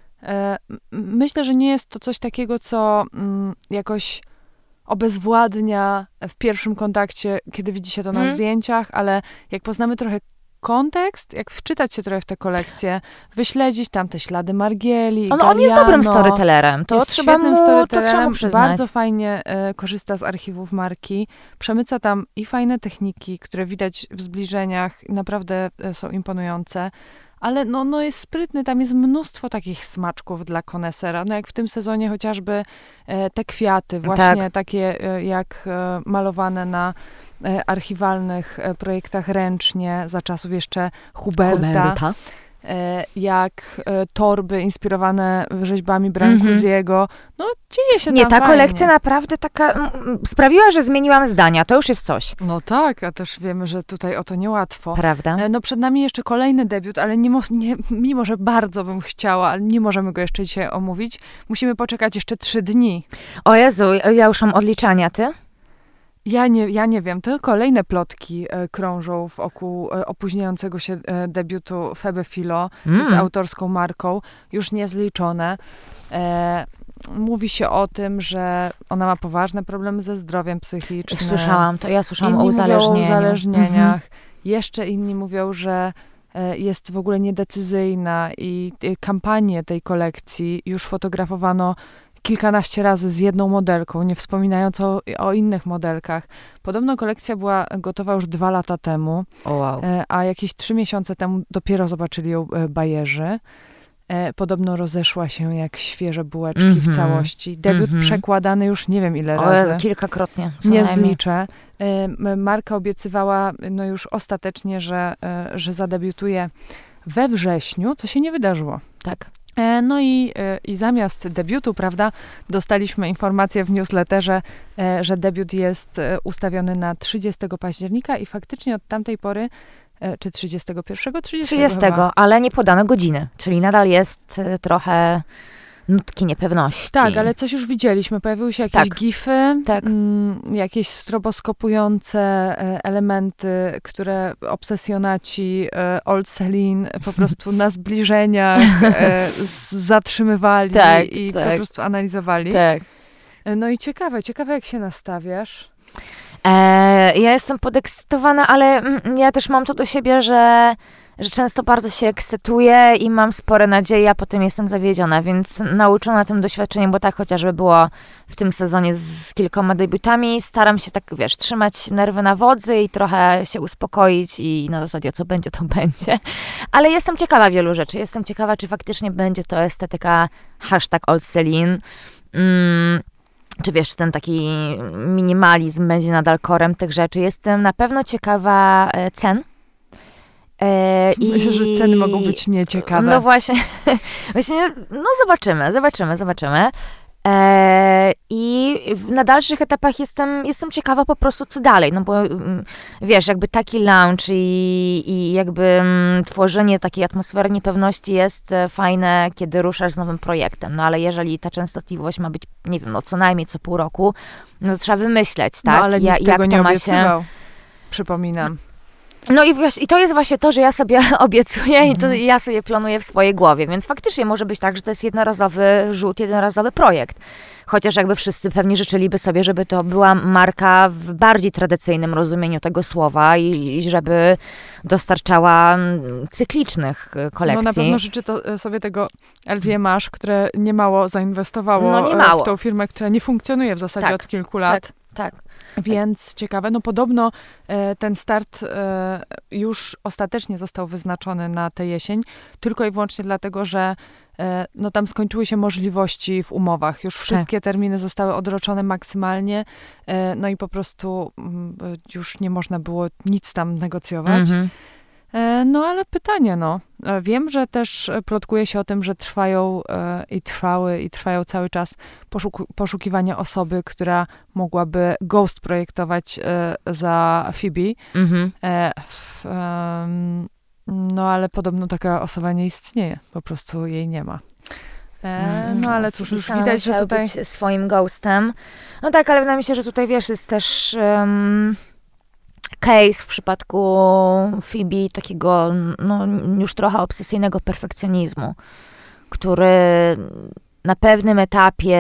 Myślę, że nie jest to coś takiego, co jakoś obezwładnia w pierwszym kontakcie, kiedy widzi się to na zdjęciach, ale jak poznamy trochę kontekst, jak wczytać się trochę w tę kolekcję, wyśledzić tam te ślady Margieli, on jest dobrym storytellerem, to trzeba mu przyznać. Bardzo fajnie korzysta z archiwów marki, przemyca tam i fajne techniki, które widać w zbliżeniach i naprawdę są imponujące. Ale no jest sprytny, tam jest mnóstwo takich smaczków dla konesera. No jak w tym sezonie chociażby te kwiaty, właśnie takie jak malowane na archiwalnych projektach ręcznie, za czasów jeszcze Huberta. Jak torby inspirowane rzeźbami Brancusiego. No dzieje się tam ta fajnie. kolekcja naprawdę taka sprawiła, że zmieniłam zdania. To już jest coś. No tak, a też wiemy, że tutaj o to niełatwo. Prawda. No przed nami jeszcze kolejny debiut, ale mimo, że bardzo bym chciała, ale nie możemy go jeszcze dzisiaj omówić. Musimy poczekać jeszcze 3 dni. O Jezu, ja już mam odliczania, ty? Ja nie wiem, to kolejne plotki krążą wokół opóźniającego się debiutu Febe Filo z autorską marką, już niezliczone. Mówi się o tym, że ona ma poważne problemy ze zdrowiem psychicznym. Słyszałam to, ja słyszałam o uzależnieniach. Jeszcze inni mówią, że jest w ogóle niedecyzyjna i kampanię tej kolekcji już fotografowano kilkanaście razy z jedną modelką, nie wspominając o innych modelkach. Podobno kolekcja była gotowa już 2 lata temu, a jakieś 3 miesiące temu dopiero zobaczyli ją bajerzy. Podobno rozeszła się jak świeże bułeczki w całości. Debiut przekładany już nie wiem ile razy. Kilkakrotnie. Nie zliczę. Marka obiecywała już ostatecznie, że zadebiutuje we wrześniu, co się nie wydarzyło. Tak. No i zamiast debiutu, prawda, dostaliśmy informację w newsletterze, że debiut jest ustawiony na 30 października i faktycznie od tamtej pory, czy 31? 30, ale nie podano godziny, czyli nadal jest trochę nutki niepewności. Tak, ale coś już widzieliśmy. Pojawiły się jakieś gify, tak. Jakieś stroboskopujące elementy, które obsesjonaci Old Celine po prostu na zbliżeniach zatrzymywali i po prostu analizowali. Tak. No i ciekawe jak się nastawiasz. Ja jestem podekscytowana, ale ja też mam to do siebie, że często bardzo się ekscytuję i mam spore nadzieje, a potem jestem zawiedziona, więc nauczona tym doświadczeniem, bo tak chociażby było w tym sezonie z kilkoma debiutami, staram się tak, trzymać nerwy na wodzy i trochę się uspokoić i na zasadzie co będzie, to będzie. Ale jestem ciekawa wielu rzeczy. Jestem ciekawa, czy faktycznie będzie to estetyka #OldCeline. Czy ten taki minimalizm będzie nadal korem tych rzeczy. Jestem na pewno ciekawa cen. Myślę, że ceny mogą być nieciekawe. No właśnie, no zobaczymy. I na dalszych etapach jestem ciekawa po prostu, co dalej, no bo jakby taki launch i jakby tworzenie takiej atmosfery niepewności jest fajne, kiedy ruszasz z nowym projektem, no ale jeżeli ta częstotliwość ma być, nie wiem, co najmniej co pół roku, no to trzeba wymyśleć, tak? No ale nikt tego nie obiecywał, przypominam. No i to jest właśnie to, że ja sobie obiecuję i to ja sobie planuję w swojej głowie, więc faktycznie może być tak, że to jest jednorazowy rzut, jednorazowy projekt. Chociaż jakby wszyscy pewnie życzyliby sobie, żeby to była marka w bardziej tradycyjnym rozumieniu tego słowa i żeby dostarczała cyklicznych kolekcji. No na pewno życzy sobie tego LVMH, które niemało zainwestowało w tą firmę, która nie funkcjonuje w zasadzie od kilku lat. Tak. Więc ciekawe, no podobno ten start już ostatecznie został wyznaczony na tę jesień, tylko i wyłącznie dlatego, że no tam skończyły się możliwości w umowach. Już wszystkie terminy zostały odroczone maksymalnie, no i po prostu już nie można było nic tam negocjować. No ale pytanie, wiem, że też plotkuje się o tym, że trwają i trwają cały czas poszukiwania osoby, która mogłaby Ghost projektować za Phoebe. No ale podobno taka osoba nie istnieje, po prostu jej nie ma. No ale cóż, już widać, że tutaj... być swoim ghostem. No tak, ale wydaje mi się, że tutaj, jest też... case w przypadku Phoebe takiego, już trochę obsesyjnego perfekcjonizmu, który na pewnym etapie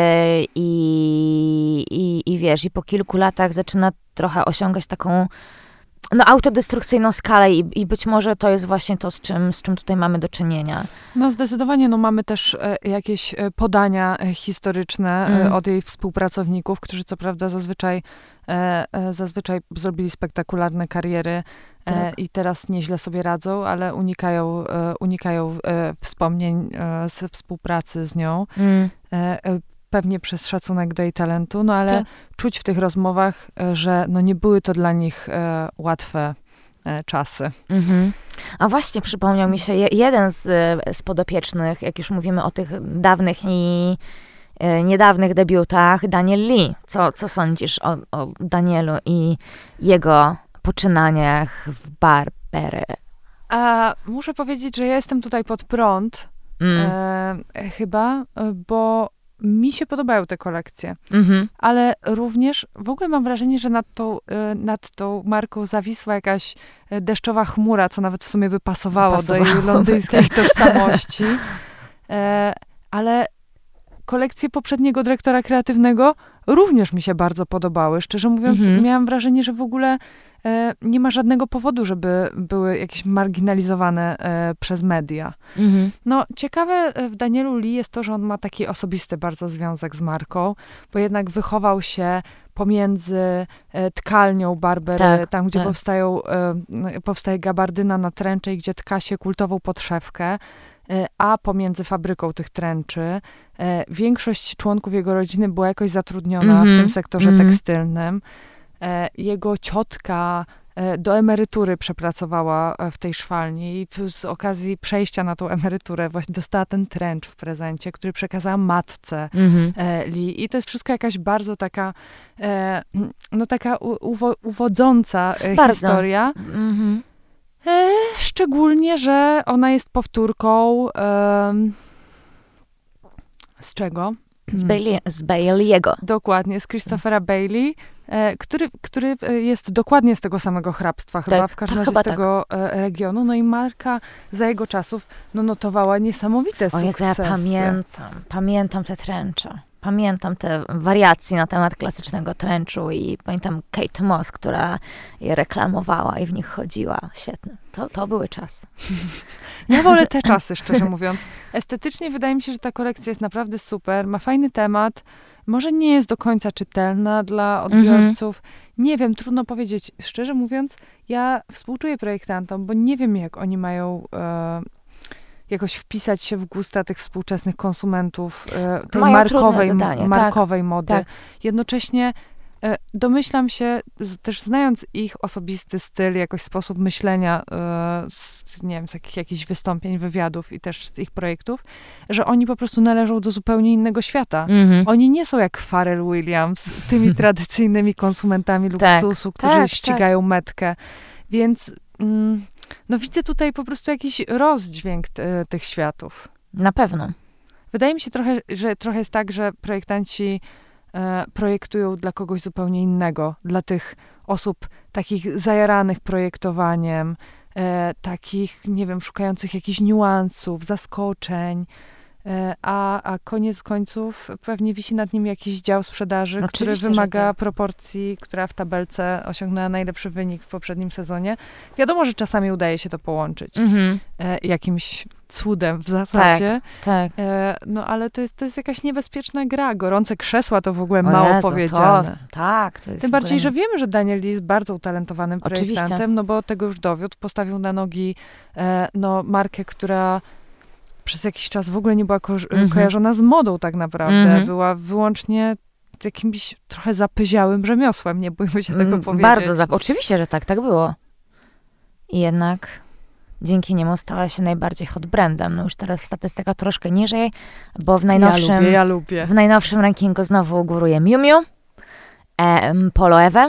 i po kilku latach zaczyna trochę osiągać taką autodestrukcyjną skalę i być może to jest właśnie to, z czym tutaj mamy do czynienia. No zdecydowanie, mamy też jakieś podania historyczne od jej współpracowników, którzy co prawda zazwyczaj zrobili spektakularne kariery i teraz nieźle sobie radzą, ale unikają wspomnień ze współpracy z nią. Pewnie przez szacunek do jej talentu, ale czuć w tych rozmowach, że nie były to dla nich łatwe czasy. A właśnie przypomniał mi się jeden z podopiecznych, jak już mówimy o tych dawnych i niedawnych debiutach, Daniel Lee. Co sądzisz o Danielu i jego poczynaniach w Burberry? Muszę powiedzieć, że ja jestem tutaj pod prąd chyba, bo mi się podobają te kolekcje, ale również w ogóle mam wrażenie, że nad tą marką zawisła jakaś deszczowa chmura, co nawet w sumie by pasowało do jej londyńskiej tożsamości. Ale kolekcje poprzedniego dyrektora kreatywnego również mi się bardzo podobały. Szczerze mówiąc, miałam wrażenie, że w ogóle nie ma żadnego powodu, żeby były jakieś marginalizowane przez media. No, ciekawe w Danielu Lee jest to, że on ma taki osobisty bardzo związek z marką, bo jednak wychował się pomiędzy tkalnią Burberry, tam gdzie powstaje gabardyna na tręcze i gdzie tka się kultową podszewkę, a pomiędzy fabryką tych tręczy. Większość członków jego rodziny była jakoś zatrudniona w tym sektorze tekstylnym. Jego ciotka do emerytury przepracowała w tej szwalni i z okazji przejścia na tą emeryturę właśnie dostała ten trench w prezencie, który przekazała matce Lee. I to jest wszystko jakaś bardzo taka, taka uwodząca historia. Szczególnie, że ona jest powtórką z czego? Z Bailey'ego. Dokładnie, z Christophera Bailey, który jest dokładnie z tego samego hrabstwa, chyba w każdym razie z tego regionu. No i marka za jego czasów notowała niesamowite sukcesy. O Jezu, ja pamiętam te trencze. Pamiętam te wariacje na temat klasycznego trenchu i pamiętam Kate Moss, która je reklamowała i w nich chodziła. Świetne. To były czasy. Ja wolę te czasy, szczerze mówiąc. Estetycznie wydaje mi się, że ta kolekcja jest naprawdę super. Ma fajny temat. Może nie jest do końca czytelna dla odbiorców. Nie wiem, trudno powiedzieć. Szczerze mówiąc, ja współczuję projektantom, bo nie wiem, jak oni mają jakoś wpisać się w gusta tych współczesnych konsumentów, tej markowej mody. Tak. Jednocześnie domyślam się, też znając ich osobisty styl, jakoś sposób myślenia z jakichś wystąpień, wywiadów i też z ich projektów, że oni po prostu należą do zupełnie innego świata. Oni nie są jak Pharrell Williams, tymi tradycyjnymi konsumentami luksusu, którzy ścigają metkę. Więc widzę tutaj po prostu jakiś rozdźwięk tych światów. Na pewno. Wydaje mi się że trochę jest tak, że projektanci projektują dla kogoś zupełnie innego. Dla tych osób takich zajaranych projektowaniem, takich, nie wiem, szukających jakichś niuansów, zaskoczeń, a koniec końców pewnie wisi nad nim jakiś dział sprzedaży, który wymaga proporcji, która w tabelce osiągnęła najlepszy wynik w poprzednim sezonie. Wiadomo, że czasami udaje się to połączyć jakimś cudem w zasadzie. Tak. Ale to jest jakaś niebezpieczna gra. Gorące krzesła to w ogóle mało powiedziane. To jest tym bardziej, że wiemy, że Daniel Lee jest bardzo utalentowanym projektantem, bo tego już dowiódł. Postawił na nogi markę, która przez jakiś czas w ogóle nie była kojarzona z modą tak naprawdę. Była wyłącznie jakimś trochę zapyziałym rzemiosłem, nie bójmy się tego powiedzieć. Oczywiście, że tak było. I jednak dzięki niemu stała się najbardziej hot brandem. Już teraz statystyka troszkę niżej, bo w najnowszym, ja lubię. W najnowszym rankingu znowu góruje Miu Miu, Polo Ewe.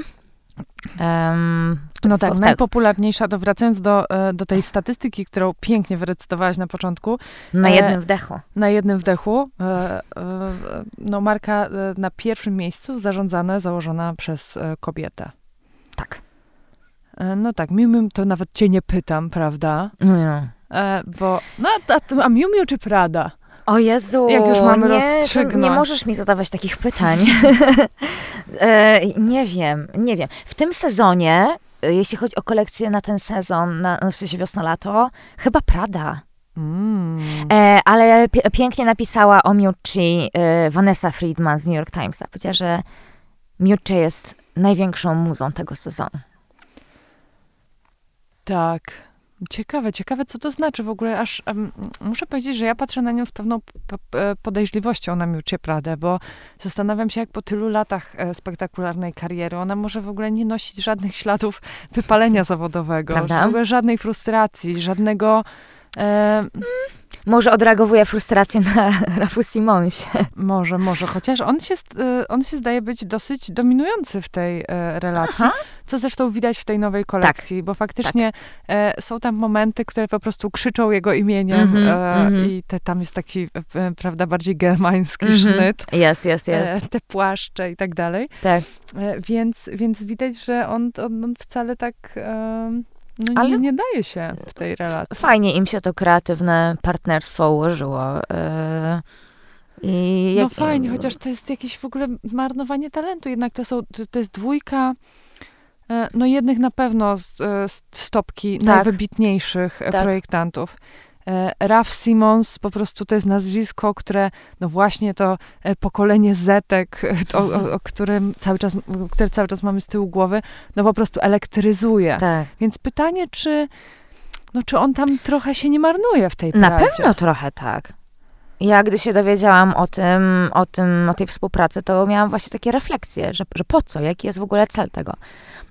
Najpopularniejsza, to wracając do tej statystyki, którą pięknie wyrecytowałaś na początku. Na jednym wdechu. Na jednym wdechu. Marka na pierwszym miejscu założona przez kobietę. Tak. Miu Miu to nawet cię nie pytam, prawda? A Miu Miu czy Prada? O Jezu, jak już mamy rozstrzygnąć. Nie możesz mi zadawać takich pytań. Nie wiem. W tym sezonie, jeśli chodzi o kolekcję na ten sezon, w sensie wiosna-lato, chyba Prada. Ale pięknie napisała o Miucci Vanessa Friedman z New York Timesa. Powiedziała, że Miucci jest największą muzą tego sezonu. Tak. Ciekawe, co to znaczy w ogóle, aż muszę powiedzieć, że ja patrzę na nią z pewną podejrzliwością na Miuccię Pradę, bo zastanawiam się, jak po tylu latach spektakularnej kariery ona może w ogóle nie nosić żadnych śladów wypalenia zawodowego, w ogóle żadnej frustracji, żadnego... Może odreagowuje frustrację na Rafu Simonsie. Może. Chociaż on się zdaje być dosyć dominujący w tej relacji, co zresztą widać w tej nowej kolekcji, bo faktycznie są tam momenty, które po prostu krzyczą jego imieniem i tam jest taki, prawda, bardziej germański sznyt. Jest. Te płaszcze i tak dalej. Tak. Więc widać, że on wcale tak... ale nie daje się w tej relacji. Fajnie im się to kreatywne partnerstwo ułożyło. Fajnie, chociaż to jest jakieś w ogóle marnowanie talentu. Jednak to jest dwójka jednych na pewno z stopki najwybitniejszych projektantów. Raf Simons, po prostu to jest nazwisko, które, właśnie to pokolenie Zetek, które cały czas mamy z tyłu głowy, po prostu elektryzuje. Tak. Więc pytanie, czy on tam trochę się nie marnuje w tej pracy? Na pewno trochę tak. Ja, gdy się dowiedziałam o tej współpracy, to miałam właśnie takie refleksje, że po co, jaki jest w ogóle cel tego.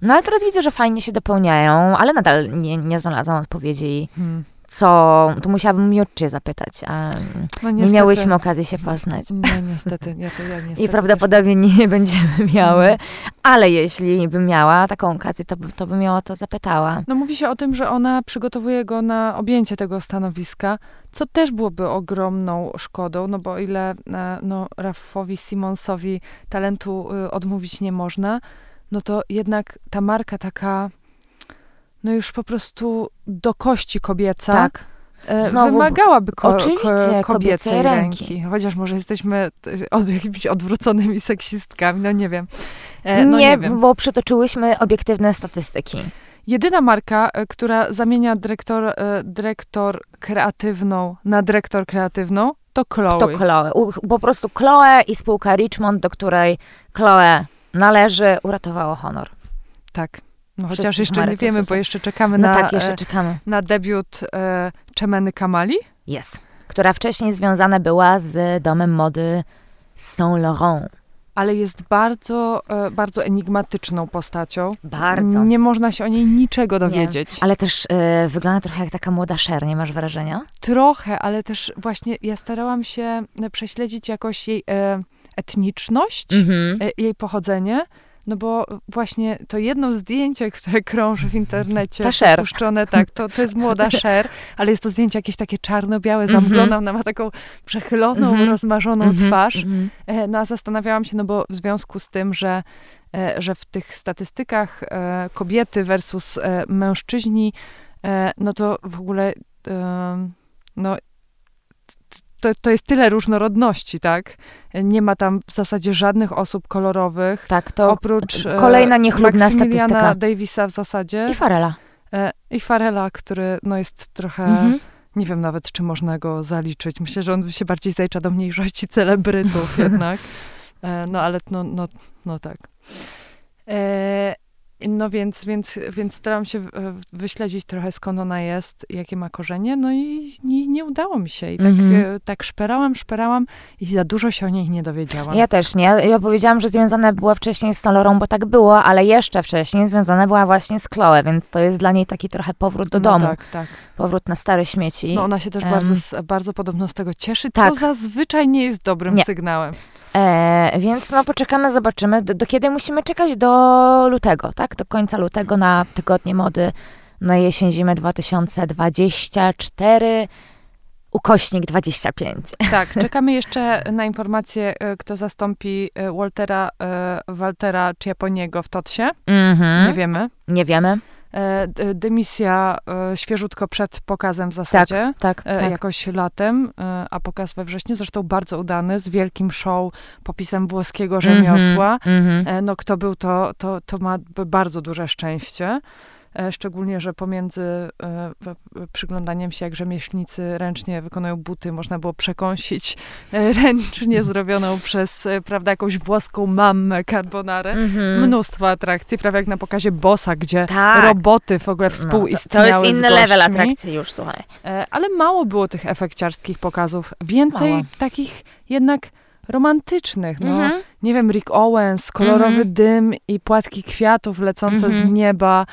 No ale teraz widzę, że fajnie się dopełniają, ale nadal nie znalazłam odpowiedzi, co... Tu musiałabym Miuccię zapytać, a nie miałyśmy okazji się poznać. No niestety, niestety. I prawdopodobnie nie będziemy miały, ale jeśli bym miała taką okazję, to bym ją o to zapytała. No mówi się o tym, że ona przygotowuje go na objęcie tego stanowiska, co też byłoby ogromną szkodą, no bo o ile Raffowi Simonsowi talentu odmówić nie można, no to jednak ta marka taka, no już po prostu do kości kobieca, Tak. wymagałaby kobiecej ręki. Chociaż może jesteśmy jakimiś odwróconymi seksistkami, no nie wiem. Nie wiem. Bo przytoczyłyśmy obiektywne statystyki. Jedyna marka, która zamienia dyrektor kreatywną na dyrektor kreatywną, to Chloe. To Chloe. Po prostu Chloe i spółka Richmond, do której Chloe należy, uratowało honor. Tak. No, chociaż jeszcze nie wiemy, bo jeszcze czekamy na debiut Chemeny Kamali. Jest. Która wcześniej związana była z domem mody Saint Laurent. Ale jest bardzo, bardzo enigmatyczną postacią. Bardzo. Nie można się o niej niczego dowiedzieć. Nie. Ale też wygląda trochę jak taka młoda Cher, nie masz wrażenia? Trochę, ale też właśnie ja starałam się prześledzić jakoś jej etniczność, jej pochodzenie. No bo właśnie to jedno zdjęcie, które krąży w internecie, puszczone, tak, to jest młoda Cher, ale jest to zdjęcie jakieś takie czarno-białe, zamglone, ona ma taką przechyloną, rozmarzoną twarz. No a zastanawiałam się, no bo w związku z tym, że w tych statystykach kobiety versus mężczyźni, no to w ogóle to jest tyle różnorodności, tak? Nie ma tam w zasadzie żadnych osób kolorowych. Tak, to oprócz kolejna niechlubna Maximiliana statystyka. Davisa w zasadzie. I Farrella. I Farrella, który jest trochę... Nie wiem nawet, czy można go zaliczyć. Myślę, że on się bardziej zalicza do mniejszości celebrytów jednak. No ale no tak. No więc staram się wyśledzić trochę, skąd ona jest, jakie ma korzenie, no i nie udało mi się. I tak szperałam i za dużo się o niej nie dowiedziałam. Ja też nie. Ja powiedziałam, że związana była wcześniej z Saint Laurent, bo tak było, ale jeszcze wcześniej związana była właśnie z Chloe, więc to jest dla niej taki trochę powrót do domu. Tak. Powrót na stare śmieci. No ona się też bardzo podobno z tego cieszy, co zazwyczaj nie jest dobrym sygnałem. Więc poczekamy, zobaczymy. Do kiedy musimy czekać? Do lutego, tak? Do końca lutego na tygodnie mody na jesień-zimę 2024, /25. Tak, czekamy jeszcze na informację, kto zastąpi Waltera Ciaponiego w Totsie. Nie wiemy. Dymisja świeżutko przed pokazem w zasadzie, tak. jakoś latem, a pokaz we wrześniu, zresztą bardzo udany, z wielkim show, popisem włoskiego rzemiosła. No kto był, to ma bardzo duże szczęście. Szczególnie, że pomiędzy przyglądaniem się, jak rzemieślnicy ręcznie wykonują buty, można było przekąsić ręcznie zrobioną przez, jakąś włoską mammę carbonarę. Mnóstwo atrakcji, prawie jak na pokazie Bossa, gdzie roboty w ogóle współistniały z gośćmi. To jest inny level atrakcji już, słuchaj. Ale mało było tych efekciarskich pokazów. Więcej takich jednak romantycznych. Nie wiem, Rick Owens, kolorowy dym i płatki kwiatów lecące z nieba.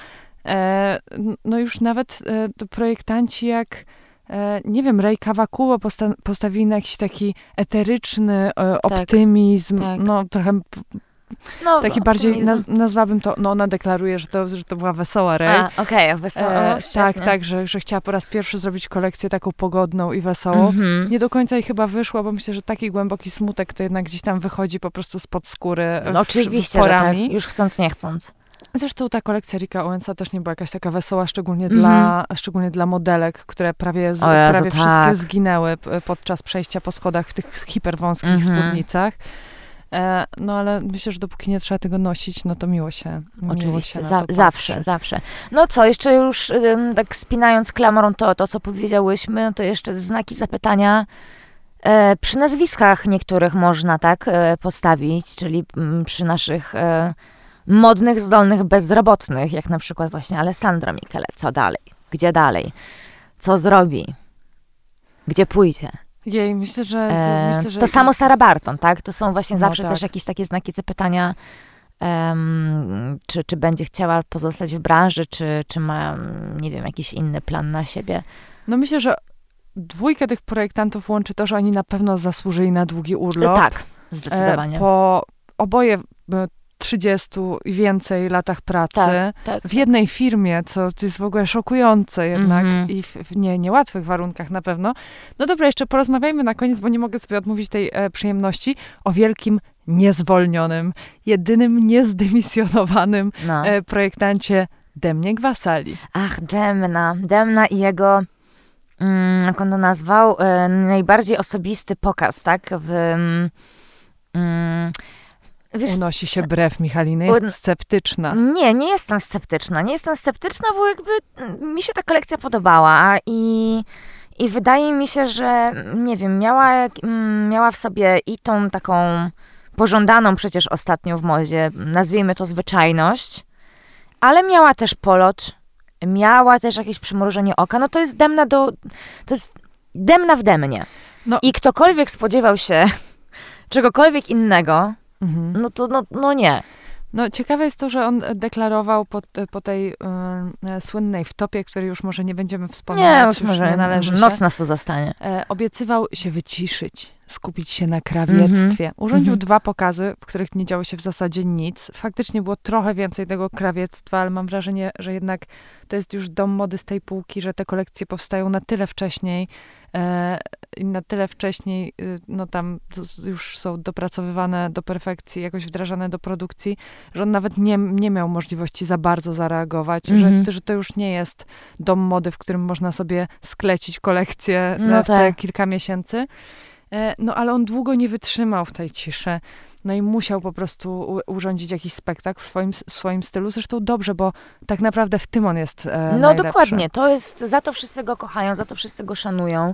No już nawet projektanci jak, nie wiem, Rei Kawakubo postawili na jakiś taki eteryczny optymizm, trochę taki bardziej, nazwałabym to, ona deklaruje, że to była wesoła Rei. Okej, wesoła. Tak, że chciała po raz pierwszy zrobić kolekcję taką pogodną i wesołą. Nie do końca jej chyba wyszło, bo myślę, że taki głęboki smutek to jednak gdzieś tam wychodzi po prostu spod skóry oczywiście, porami. Że tak, już chcąc, nie chcąc. Zresztą ta kolekcja Ricka Owensa też nie była jakaś taka wesoła, szczególnie dla modelek, które prawie wszystkie zginęły podczas przejścia po schodach w tych hiperwąskich spódnicach. No ale myślę, że dopóki nie trzeba tego nosić, no to miło się na to zawsze. No co, jeszcze już tak spinając klamrą to, co powiedziałyśmy, no to jeszcze znaki zapytania przy nazwiskach niektórych można tak postawić, czyli przy naszych modnych, zdolnych, bezrobotnych, jak na przykład właśnie Alessandro Michele. Co dalej? Gdzie dalej? Co zrobi? Gdzie pójdzie? Myślę, że to samo Sarah Barton, tak? To są właśnie zawsze też jakieś takie znaki zapytania czy będzie chciała pozostać w branży, czy ma, nie wiem, jakiś inny plan na siebie. No myślę, że dwójkę tych projektantów łączy to, że oni na pewno zasłużyli na długi urlop. Tak, zdecydowanie. Po oboje 30 i więcej latach pracy tak. w jednej firmie, co jest w ogóle szokujące jednak i w niełatwych warunkach na pewno. No dobra, jeszcze porozmawiajmy na koniec, bo nie mogę sobie odmówić tej przyjemności, o wielkim niezwolnionym, jedynym niezdymisjonowanym projektancie Demnie Gwasali. Ach, Demna i jego, jak on to nazwał, najbardziej osobisty pokaz, tak? Unosi się brew, Michaliny, jest sceptyczna. Nie jestem sceptyczna. Nie jestem sceptyczna, bo jakby mi się ta kolekcja podobała i wydaje mi się, że nie wiem, miała w sobie i tą taką pożądaną przecież ostatnio w modzie, nazwijmy to zwyczajność, ale miała też polot, miała też jakieś przymrużenie oka. No to jest Demna w Demnie. No. I ktokolwiek spodziewał się czegokolwiek innego, no nie. No ciekawe jest to, że on deklarował po tej słynnej wtopie, której już może nie będziemy wspominać. Już może nie należy noc nas tu zastanie. Obiecywał się wyciszyć, skupić się na krawiectwie. Urządził 2 pokazy, w których nie działo się w zasadzie nic. Faktycznie było trochę więcej tego krawiectwa, ale mam wrażenie, że jednak to jest już dom mody z tej półki, że te kolekcje powstają na tyle wcześniej, i na tyle wcześniej, no tam już są dopracowywane do perfekcji, jakoś wdrażane do produkcji, że on nawet nie miał możliwości za bardzo zareagować, że to już nie jest dom mody, w którym można sobie sklecić kolekcję w te kilka miesięcy. No ale on długo nie wytrzymał w tej ciszy. No i musiał po prostu urządzić jakiś spektakl w swoim stylu. Zresztą dobrze, bo tak naprawdę w tym on jest najlepszy. Dokładnie. To jest, za to wszyscy go kochają, za to wszyscy go szanują.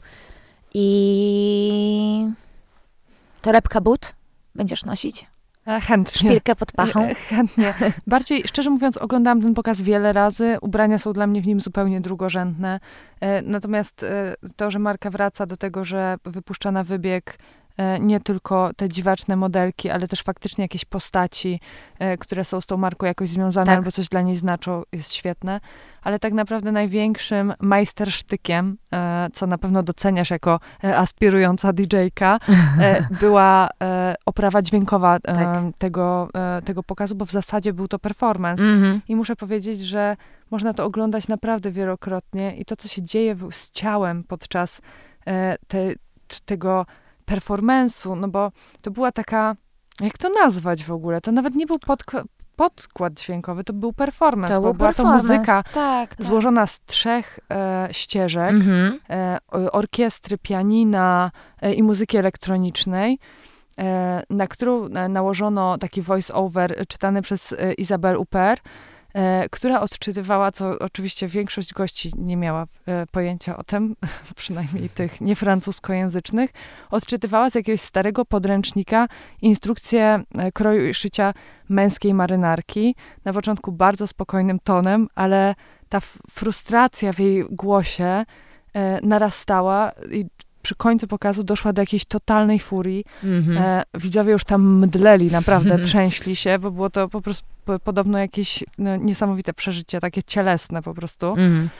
I torebka but będziesz nosić? Chętnie. Szpilkę pod pachą? Chętnie. Bardziej, szczerze mówiąc, oglądałam ten pokaz wiele razy. Ubrania są dla mnie w nim zupełnie drugorzędne. Natomiast to, że marka wraca do tego, że wypuszcza na wybieg nie tylko te dziwaczne modelki, ale też faktycznie jakieś postaci, które są z tą marką jakoś związane albo coś dla niej znaczą, jest świetne. Ale tak naprawdę największym majstersztykiem, co na pewno doceniasz jako aspirująca DJ-ka, była oprawa dźwiękowa tego pokazu, bo w zasadzie był to performance. I muszę powiedzieć, że można to oglądać naprawdę wielokrotnie i to, co się dzieje z ciałem podczas tego performance'u, no bo to była taka, jak to nazwać w ogóle? To nawet nie był podkład dźwiękowy, to był performance, była to muzyka złożona z 3 ścieżek, orkiestry, pianina i muzyki elektronicznej, na którą nałożono taki voice-over czytany przez Isabelle Huppert, która odczytywała, co oczywiście większość gości nie miała pojęcia o tym, przynajmniej tych niefrancuskojęzycznych, odczytywała z jakiegoś starego podręcznika instrukcję kroju i szycia męskiej marynarki. Na początku bardzo spokojnym tonem, ale ta frustracja w jej głosie narastała i przy końcu pokazu doszła do jakiejś totalnej furii. Widzowie już tam mdleli, naprawdę trzęśli się, bo było to po prostu podobno jakieś niesamowite przeżycie, takie cielesne po prostu.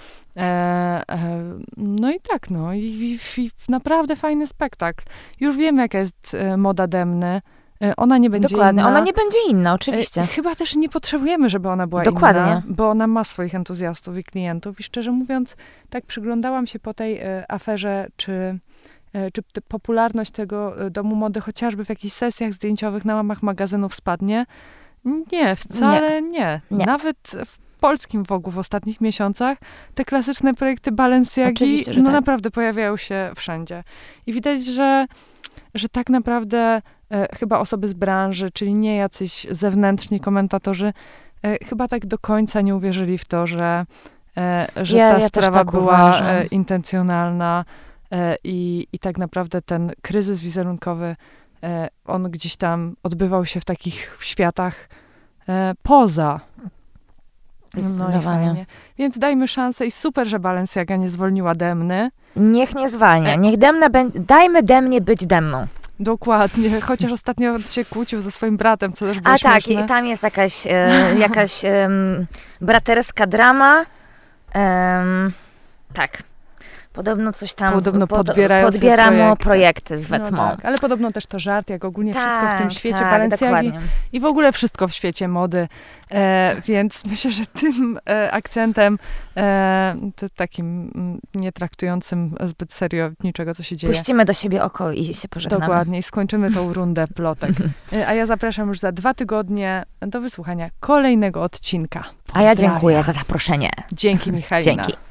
No i tak, i naprawdę fajny spektakl. Już wiemy, jaka jest moda Demny. Ona nie będzie inna. Ona nie będzie inna, oczywiście. Chyba też nie potrzebujemy, żeby ona była inna, bo ona ma swoich entuzjastów i klientów. I szczerze mówiąc, tak przyglądałam się po tej aferze, czy popularność tego domu mody chociażby w jakichś sesjach zdjęciowych na łamach magazynów spadnie. Nie, wcale nie. Nawet w polskim Vogue'u w ostatnich miesiącach te klasyczne projekty Balenciagi naprawdę pojawiają się wszędzie. I widać, że tak naprawdę chyba osoby z branży, czyli nie jacyś zewnętrzni komentatorzy, chyba tak do końca nie uwierzyli w to, że ta sprawa była intencjonalna i tak naprawdę ten kryzys wizerunkowy, on gdzieś tam odbywał się w takich światach poza. No i fajnie. Więc dajmy szansę i super, że Balenciaga nie zwolniła Demny. Niech nie zwalnia. Niech Demna dajmy Demnie być Demną. Dokładnie, chociaż ostatnio się kłócił ze swoim bratem, co też było śmieszne. Tak, i tam jest jakaś braterska drama. Tak. Podobno coś tam podbieramy projekty z Wetmą. No tak, ale podobno też to żart, jak ogólnie wszystko w tym świecie tak, Balenciagi dokładnie. i w ogóle wszystko w świecie mody. Więc myślę, że tym akcentem, to takim nie traktującym zbyt serio niczego, co się dzieje. Puścimy do siebie oko i się pożegnamy. Dokładnie, i skończymy tą rundę plotek. A ja zapraszam już za 2 tygodnie do wysłuchania kolejnego odcinka. A ja dziękuję za zaproszenie. Dzięki, Michalina. Dzięki.